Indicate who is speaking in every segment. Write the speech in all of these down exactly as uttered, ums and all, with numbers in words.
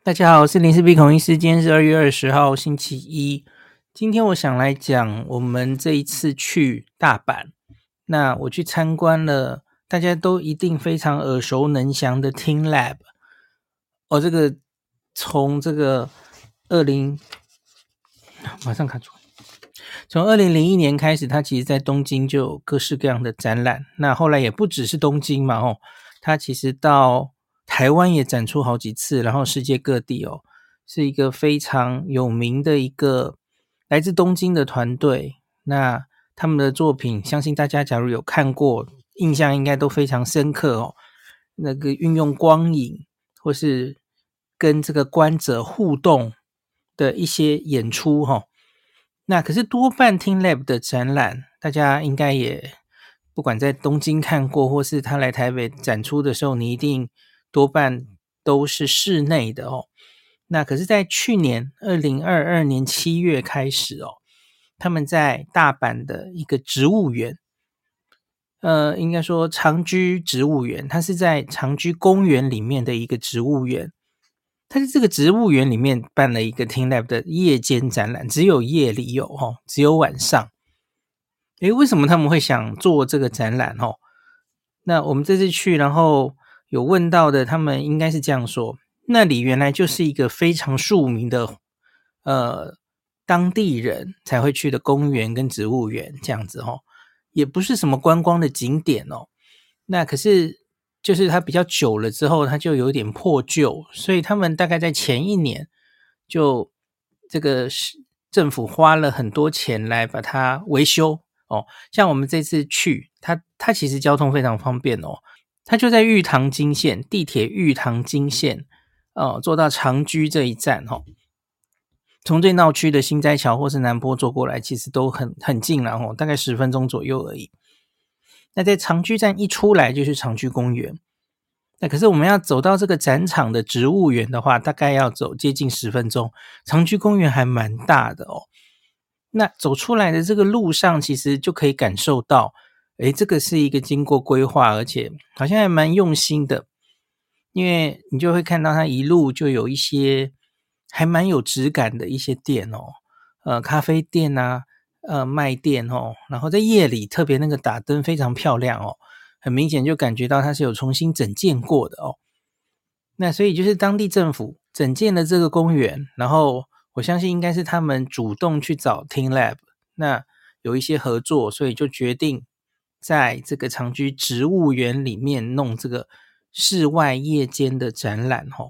Speaker 1: 大家好，我是林氏鼻孔医师，今天是二月二十号星期一。今天我想来讲我们这一次去大阪，那我去参观了大家都一定非常耳熟能详的 TeamLab。哦，这个从这个二零马上看出从二零零一年开始，它其实在东京就有各式各样的展览，那后来也不只是东京嘛，哦，它其实到台湾也展出好几次，然后世界各地哦，是一个非常有名的一个来自东京的团队。那他们的作品相信大家假如有看过，印象应该都非常深刻哦。那个运用光影或是跟这个观者互动的一些演出哦。那可是多半 TeamLab 的展览，大家应该也不管在东京看过，或是他来台北展出的时候，你一定多半都是室内的哦。那可是在去年二零二二年七月开始哦，他们在大阪的一个植物园，呃，应该说长居植物园，它是在长居公园里面的一个植物园。它在这个植物园里面办了一个 TeamLab 的夜间展览，只有夜里有哦，只有晚上。诶，为什么他们会想做这个展览哦？那我们这次去，然后有问到的，他们应该是这样说：那里原来就是一个非常著名的呃当地人才会去的公园跟植物园这样子哦，也不是什么观光的景点哦。那可是就是它比较久了之后，它就有点破旧，所以他们大概在前一年就这个是政府花了很多钱来把它维修哦。像我们这次去，它它其实交通非常方便哦，它就在玉堂金线地铁玉堂金线哦，坐到长居这一站哦。从最闹区的心斋桥或是南波坐过来，其实都很很近了哦，大概十分钟左右而已。那在长居站一出来就是长居公园，那可是我们要走到这个展场的植物园的话，大概要走接近十分钟。长居公园还蛮大的哦。那走出来的这个路上，其实就可以感受到，诶，这个是一个经过规划，而且好像还蛮用心的。因为你就会看到它一路就有一些还蛮有质感的一些店哦，呃，咖啡店啊，呃，卖店哦，然后在夜里特别那个打灯非常漂亮哦，很明显就感觉到它是有重新整建过的哦。那所以就是当地政府整建了这个公园，然后我相信应该是他们主动去找 TeamLab， 那有一些合作，所以就决定在这个长居植物园里面弄这个室外夜间的展览哦。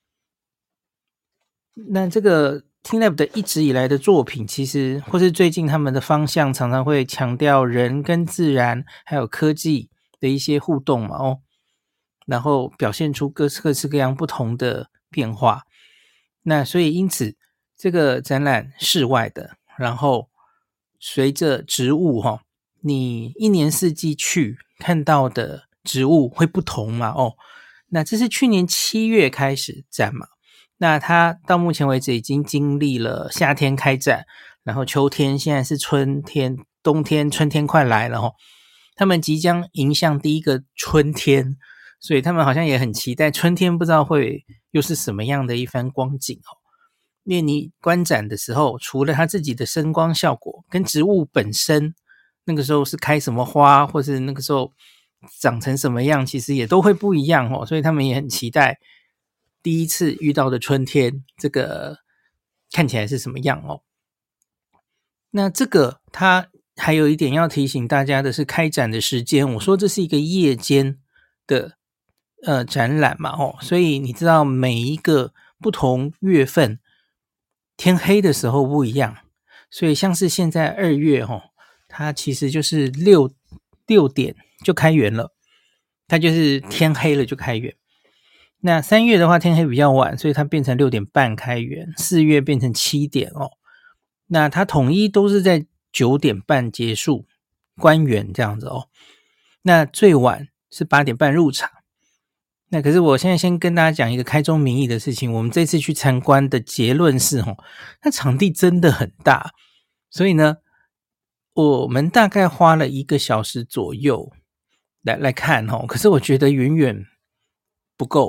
Speaker 1: 那这个 TeamLab 的一直以来的作品，其实或是最近他们的方向常常会强调人跟自然还有科技的一些互动嘛哦，然后表现出各各式各样不同的变化。那所以因此这个展览室外的，然后随着植物哈、哦，你一年四季去看到的植物会不同嘛哦。那这是去年七月开始展嘛，那它到目前为止已经经历了夏天开展，然后秋天，现在是春天，冬天，春天快来了哦。他们即将迎向第一个春天，所以他们好像也很期待春天，不知道会又是什么样的一番光景哦。因为你观展的时候，除了它自己的声光效果，跟植物本身那个时候是开什么花，或是那个时候长成什么样，其实也都会不一样哦。所以他们也很期待第一次遇到的春天，这个看起来是什么样哦。那这个它还有一点要提醒大家的是开展的时间，我说这是一个夜间的呃展览嘛哦，所以你知道每一个不同月份天黑的时候不一样，所以像是现在二月哦，它其实就是六六点就开园了，它就是天黑了就开园。那三月的话天黑比较晚，所以它变成六点半开园，四月变成七点哦。那它统一都是在九点半结束关园这样子哦。那最晚是八点半入场。那可是我现在先跟大家讲一个开宗明义的事情，我们这次去参观的结论是哦，那场地真的很大，所以呢，我们大概花了一个小时左右来来看哦，可是我觉得远远不够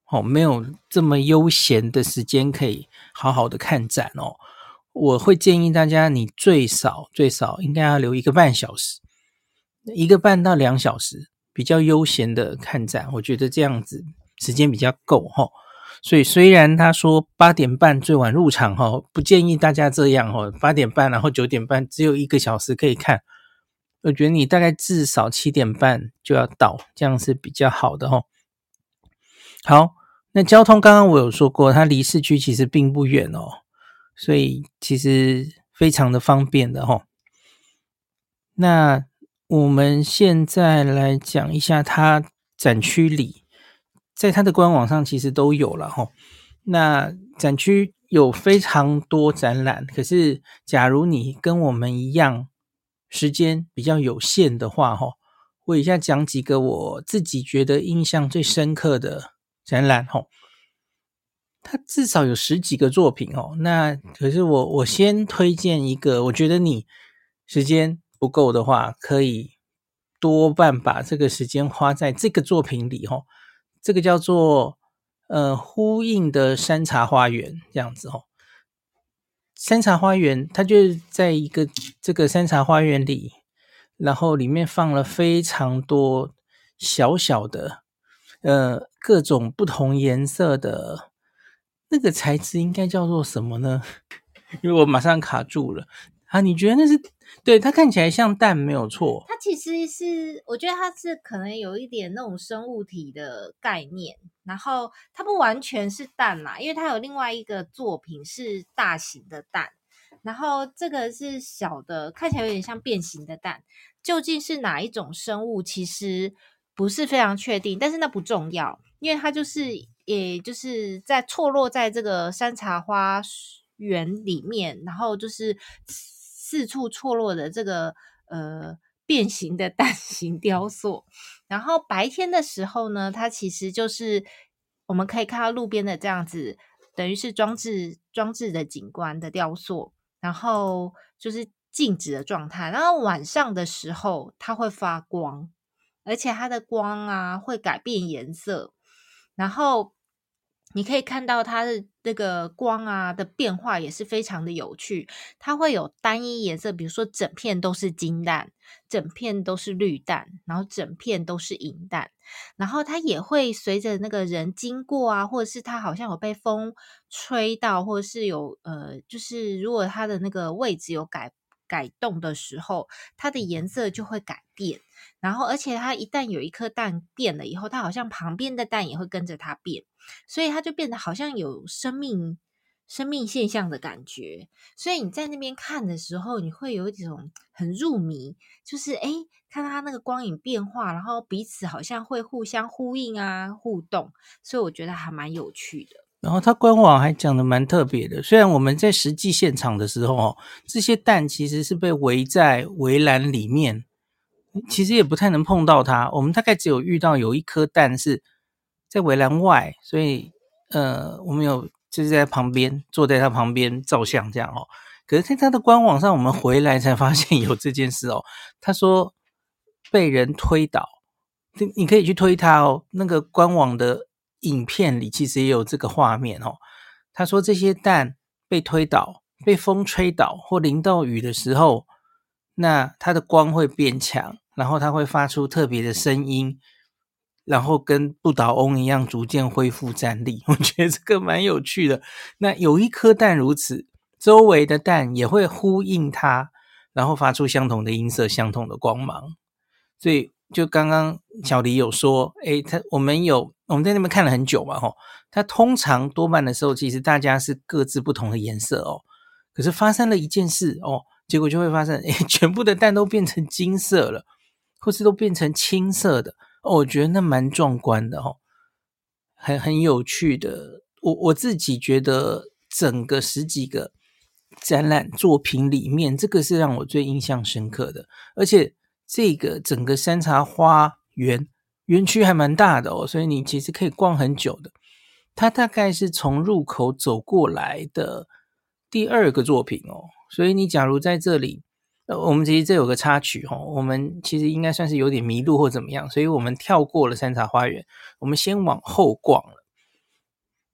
Speaker 1: 哦，没有这么悠闲的时间可以好好的看展哦。我会建议大家，你最少最少应该要留一个半小时，一个半到两小时，比较悠闲的看展，我觉得这样子时间比较够齁。所以虽然他说八点半最晚入场齁，不建议大家这样齁，八点半然后九点半只有一个小时可以看，我觉得你大概至少七点半就要到，这样是比较好的齁。好，那交通刚刚我有说过，它离市区其实并不远哦，所以其实非常的方便的齁。那我们现在来讲一下它展区里，在它的官网上其实都有了齁。那展区有非常多展览，可是假如你跟我们一样时间比较有限的话齁，我以下讲几个我自己觉得印象最深刻的展览齁。它至少有十几个作品哦，那可是我我先推荐一个，我觉得你时间不够的话，可以多半把这个时间花在这个作品里齁。这个叫做呃呼应的山茶花园这样子齁。山茶花园它就是在一个这个山茶花园里，然后里面放了非常多小小的呃各种不同颜色的，那个材质应该叫做什么呢？因为我马上卡住了啊！你觉得那是？对，它看起来像蛋没有错，
Speaker 2: 它其实是我觉得它是可能有一点那种生物体的概念，然后它不完全是蛋啦，因为它有另外一个作品是大型的蛋，然后这个是小的，看起来有点像变形的蛋，究竟是哪一种生物其实不是非常确定，但是那不重要，因为它就是也就是在错落在这个山茶花园里面，然后就是四处错落的这个呃变形的蛋形雕塑。然后白天的时候呢，它其实就是我们可以看到路边的这样子，等于是装置装置的景观的雕塑，然后就是静止的状态。然后晚上的时候它会发光，而且它的光啊会改变颜色，然后你可以看到它的那个光啊的变化也是非常的有趣，它会有单一颜色，比如说整片都是金蛋，整片都是绿蛋，然后整片都是银蛋，然后它也会随着那个人经过啊，或者是它好像有被风吹到，或者是有呃，就是如果它的那个位置有改改动的时候，它的颜色就会改变。然后而且它一旦有一颗蛋变了以后，它好像旁边的蛋也会跟着它变，所以它就变得好像有生命生命现象的感觉。所以你在那边看的时候，你会有一种很入迷，就是诶看到它那个光影变化，然后彼此好像会互相呼应啊互动，所以我觉得还蛮有趣的。
Speaker 1: 然后它官网还讲的蛮特别的，虽然我们在实际现场的时候哦，这些蛋其实是被围在围栏里面，其实也不太能碰到它，我们大概只有遇到有一颗蛋是在围栏外，所以呃我们有就是在旁边坐在它旁边照相这样哦。可是在它的官网上我们回来才发现有这件事哦，他说被人推倒，你可以去推它哦，那个官网的影片里其实也有这个画面哦。他说这些蛋被推倒，被风吹倒或淋到雨的时候，那它的光会变强，然后它会发出特别的声音，然后跟不倒翁一样逐渐恢复站立。我觉得这个蛮有趣的。那有一颗蛋如此，周围的蛋也会呼应它，然后发出相同的音色、相同的光芒。所以就刚刚小黎有说，诶，他我们有我们在那边看了很久嘛，吼，它通常多半的时候，其实大家是各自不同的颜色哦。可是发生了一件事哦，结果就会发生，诶，全部的蛋都变成金色了，或是都变成青色的哦，我觉得那蛮壮观的哦，很很有趣的。我我自己觉得整个十几个展览作品里面，这个是让我最印象深刻的，而且这个整个山茶花园园区还蛮大的哦，所以你其实可以逛很久的。它大概是从入口走过来的第二个作品哦，所以你假如在这里，呃，我们其实这有个插曲哦，我们其实应该算是有点迷路或怎么样，所以我们跳过了山茶花园，我们先往后逛了。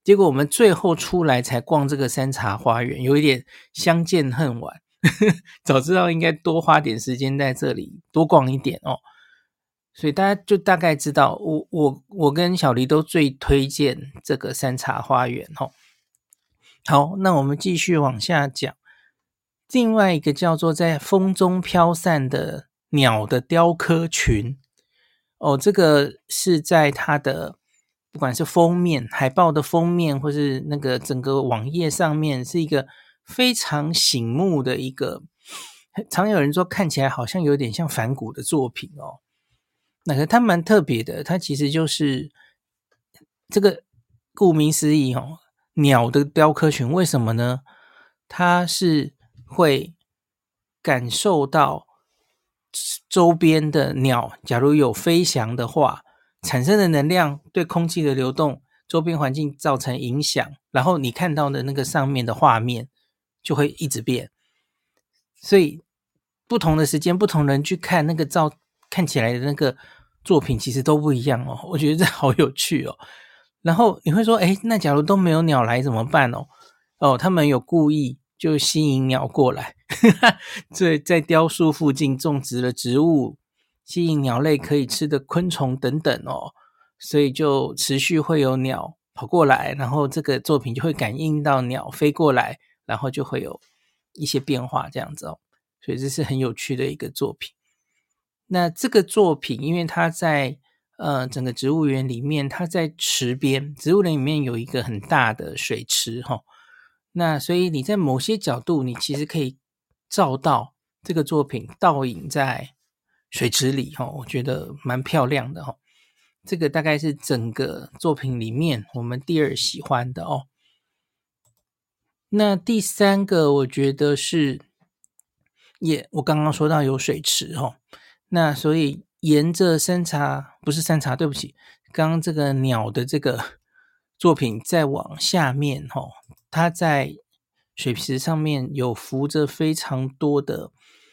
Speaker 1: 结果我们最后出来才逛这个山茶花园，有一点相见恨晚。早知道应该多花点时间在这里多逛一点哦。所以大家就大概知道，我我我跟小黎都最推荐这个山茶花园哦。好，那我们继续往下讲。另外一个叫做在风中飘散的鸟的雕刻群哦，这个是在它的不管是封面海报的封面或是那个整个网页上面，是一个非常醒目的一个，常有人说看起来好像有点像梵谷的作品哦。那个它蛮特别的，它其实就是这个顾名思义哦，鸟的雕刻群。为什么呢？它是会感受到周边的鸟，假如有飞翔的话，产生的能量对空气的流动、周边环境造成影响，然后你看到的那个上面的画面就会一直变。所以不同的时间，不同人去看那个照看起来的那个作品，其实都不一样哦。我觉得这好有趣哦。然后你会说，诶，那假如都没有鸟来怎么办哦？哦，他们有故意就吸引鸟过来，所以在雕塑附近种植了植物，吸引鸟类可以吃的昆虫等等哦，所以就持续会有鸟跑过来，然后这个作品就会感应到鸟飞过来，然后就会有一些变化这样子哦，所以这是很有趣的一个作品。那这个作品因为它在呃整个植物园里面，它在池边，植物园里面有一个很大的水池齁、哦，那所以你在某些角度你其实可以照到这个作品倒影在水池里齁、哦，我觉得蛮漂亮的齁、哦。这个大概是整个作品里面我们第二喜欢的哦。那第三个我觉得是也我刚刚说到有水池齁、哦，那所以沿着山茶不是山茶对不起，刚刚这个鸟的这个作品再往下面齁、哦，它在水池上面有浮着非常多的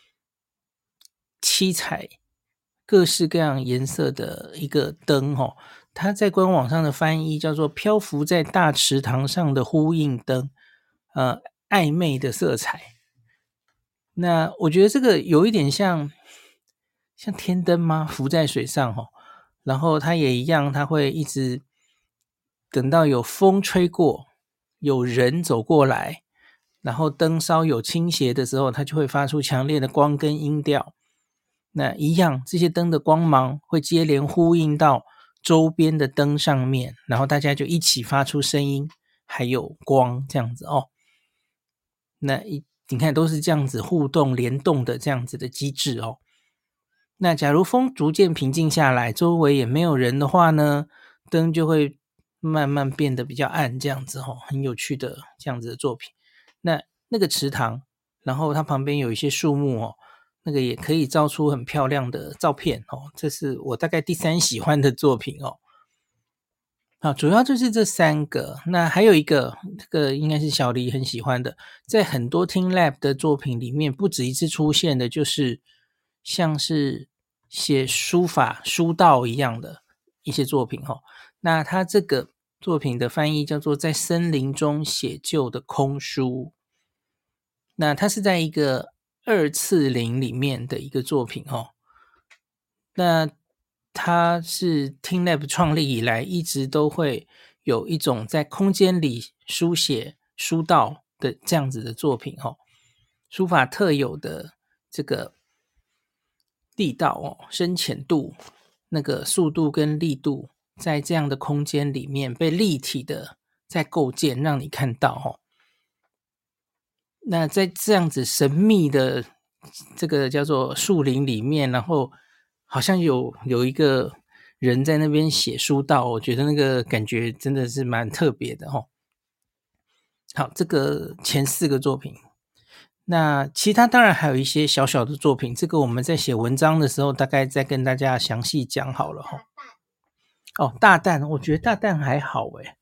Speaker 1: 七彩各式各样颜色的一个灯齁、哦，它在官网上的翻译叫做漂浮在大池塘上的呼应灯，呃，暧昧的色彩。那我觉得这个有一点像像天灯吗？浮在水上齁、哦，然后它也一样，它会一直等到有风吹过，有人走过来，然后灯稍有倾斜的时候，它就会发出强烈的光跟音调。那一样，这些灯的光芒会接连呼应到周边的灯上面，然后大家就一起发出声音，还有光这样子哦。那一你看都是这样子互动联动的这样子的机制哦。那假如风逐渐平静下来，周围也没有人的话呢，灯就会慢慢变得比较暗这样子哦，很有趣的这样子的作品。那那个池塘，然后它旁边有一些树木哦，那个也可以照出很漂亮的照片哦，这是我大概第三喜欢的作品哦。好，主要就是这三个。那还有一个，这个应该是小黎很喜欢的，在很多 TeamLab 的作品里面，不止一次出现的，就是像是写书法、书道一样的一些作品哦。那他这个作品的翻译叫做在森林中写就的空书。那它是在一个二次林里面的一个作品哦。那它是 TeamLab 创立以来一直都会有一种在空间里书写书道的这样子的作品哦，书法特有的这个力道哦，深浅度，那个速度跟力度，在这样的空间里面被立体的在构建，让你看到哦。那在这样子神秘的这个叫做树林里面，然后好像有有一个人在那边写书道，我觉得那个感觉真的是蛮特别的哦。好，这个前四个作品，那其他当然还有一些小小的作品，这个我们在写文章的时候大概再跟大家详细讲好了哈。哦，大蛋，我觉得大蛋还好诶。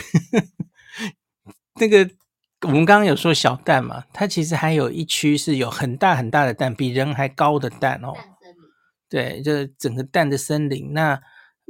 Speaker 1: 那个我们刚刚有说小蛋嘛，它其实还有一区是有很大很大的蛋，比人还高的蛋哦。对，这整个蛋的森林，那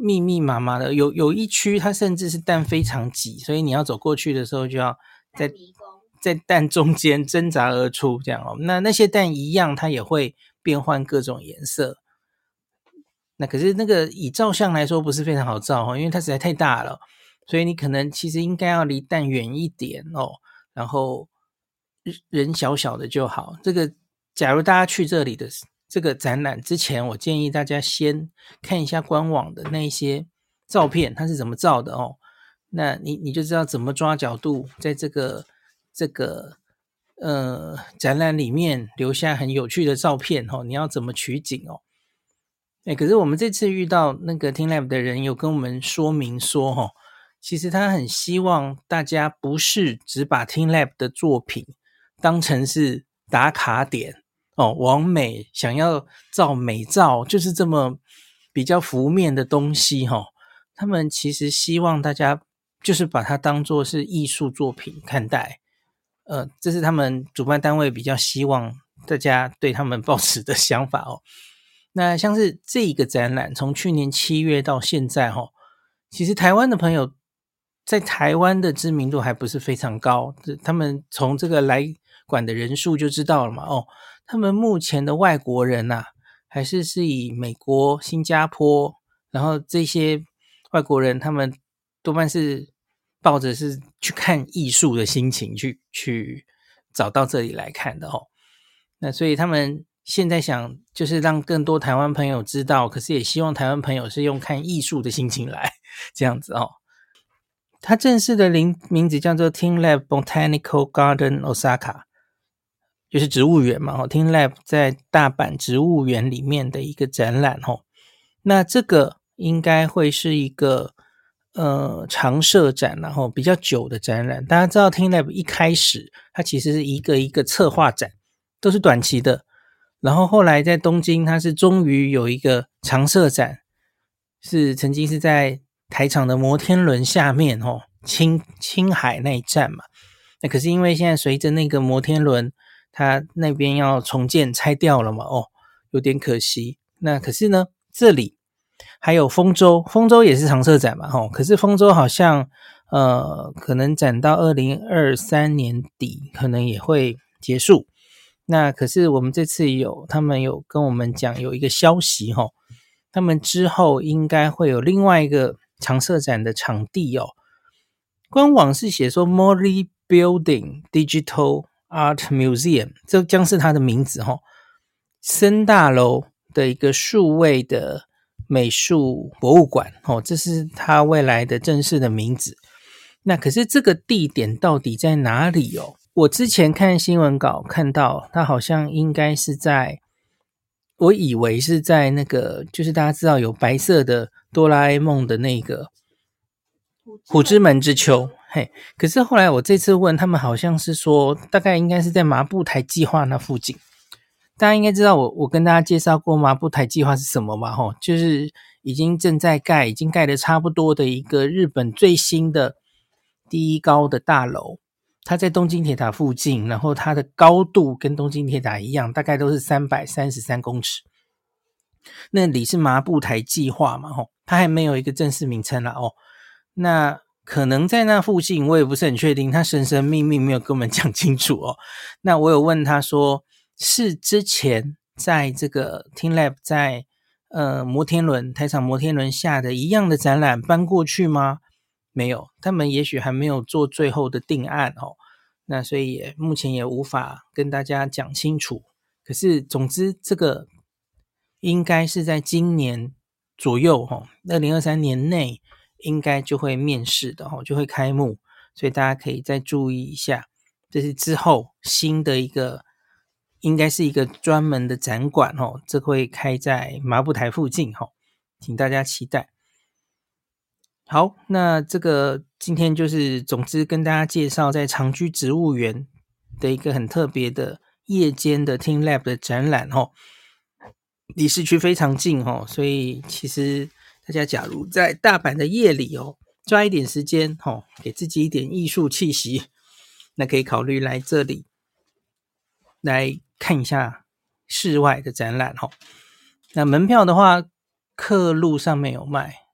Speaker 1: 密密麻麻的，有有一区它甚至是蛋非常挤，所以你要走过去的时候就要在在蛋中间挣扎而出这样哦。那那些蛋一样，它也会变换各种颜色。那可是那个以照相来说不是非常好照哦，因为它实在太大了，所以你可能其实应该要离蛋远一点哦，然后人小小的就好。这个假如大家去这里的这个展览之前，我建议大家先看一下官网的那些照片，它是怎么照的哦。那你你就知道怎么抓角度，在这个这个呃展览里面留下很有趣的照片哦。你要怎么取景哦？哎，可是我们这次遇到那个 TeamLab 的人有跟我们说明说哦，其实他很希望大家不是只把 TeamLab 的作品当成是打卡点哦，网美想要照美照，就是这么比较浮面的东西哈、哦。他们其实希望大家就是把它当作是艺术作品看待，呃，这是他们主办单位比较希望大家对他们抱持的想法哦。那像是这个展览，从去年七月到现在哈、哦，其实台湾的朋友在台湾的知名度还不是非常高，他们从这个来馆的人数就知道了嘛。哦，他们目前的外国人呐、啊，还是是以美国、新加坡，然后这些外国人他们多半是抱着是去看艺术的心情去去找到这里来看的哦。那所以他们现在想就是让更多台湾朋友知道，可是也希望台湾朋友是用看艺术的心情来这样子哦。它正式的名字叫做 TeamLab Botanical Garden Osaka， 就是植物园嘛、哦、TeamLab 在大阪植物园里面的一个展览哦。那这个应该会是一个呃常设展，然后比较久的展览。大家知道 TeamLab 一开始它其实是一个一个策划展，都是短期的，然后后来在东京它是终于有一个常设展，是曾经是在台场的摩天轮下面哦，青青海那一站嘛。那可是因为现在随着那个摩天轮它那边要重建拆掉了嘛，哦，有点可惜。那可是呢，这里还有丰州，丰州也是常设展嘛，哦，可是丰州好像呃可能展到二零二三年底可能也会结束。那可是我们这次有他们有跟我们讲有一个消息哦，他们之后应该会有另外一个常设展的场地哦。官网是写说 Mori Building Digital Art Museum， 这将是它的名字哦，森大楼的一个数位的美术博物馆哦，这是它未来的正式的名字。那可是这个地点到底在哪里哦？我之前看新闻稿看到它好像应该是在，我以为是在那个就是大家知道有白色的哆啦 A 梦的那个虎之门之丘，嘿，可是后来我这次问他们好像是说大概应该是在麻布台计划那附近。大家应该知道我我跟大家介绍过麻布台计划是什么嘛，吼，就是已经正在盖已经盖得差不多的一个日本最新的第一高的大楼，它在东京铁塔附近，然后它的高度跟东京铁塔一样，大概都是三百三十三公尺。那里是麻布台计划嘛，吼，它还没有一个正式名称啦哦。那可能在那附近，我也不是很确定，他神神秘秘没有跟我们讲清楚哦。那我有问他说，是之前在这个 TeamLab 在呃摩天轮台场摩天轮下的一样的展览搬过去吗？没有，他们也许还没有做最后的定案哦。那所以也目前也无法跟大家讲清楚。可是总之这个应该是在今年左右哦，二零二三年内应该就会面世的哦，就会开幕，所以大家可以再注意一下，这是之后新的一个，应该是一个专门的展馆哦，这会开在麻布台附近哦，请大家期待。好，那这个今天就是总之跟大家介绍在长居植物园的一个很特别的夜间的 TeamLab 的展览哦，离市区非常近哦，所以其实大家假如在大阪的夜里哦，抓一点时间哦，给自己一点艺术气息，那可以考虑来这里来看一下室外的展览哦。那门票的话，客路上面有卖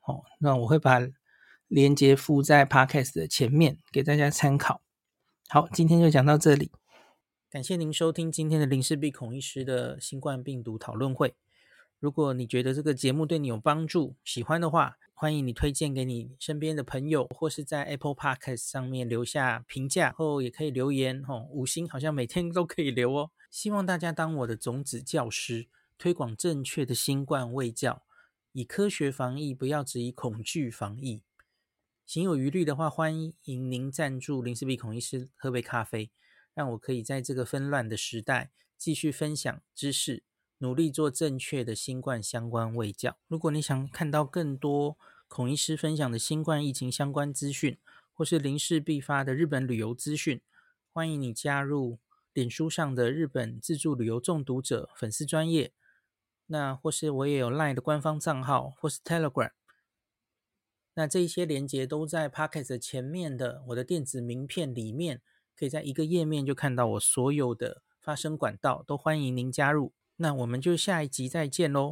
Speaker 1: 哦，那我会把连结附在 Podcast 的前面给大家参考。好，今天就讲到这里，感谢您收听今天的林氏璧孔医师的新冠病毒讨论会。如果你觉得这个节目对你有帮助，喜欢的话，欢迎你推荐给你身边的朋友，或是在 Apple Podcast 上面留下评价，后也可以留言哦，五星好像每天都可以留哦。希望大家当我的种子教师，推广正确的新冠卫教，以科学防疫，不要只以恐惧防疫。行有余力的话，欢迎您赞助林氏璧孔医师喝杯咖啡，让我可以在这个纷乱的时代继续分享知识，努力做正确的新冠相关卫教。如果你想看到更多孔医师分享的新冠疫情相关资讯，或是林氏璧发的日本旅游资讯，欢迎你加入脸书上的日本自助旅游中毒者粉丝专页，那或是我也有 LINE 的官方账号，或是 Telegram。那这一些连结都在 Podcast 前面的我的电子名片里面，可以在一个页面就看到我所有的发声管道，都欢迎您加入。那我们就下一集再见咯。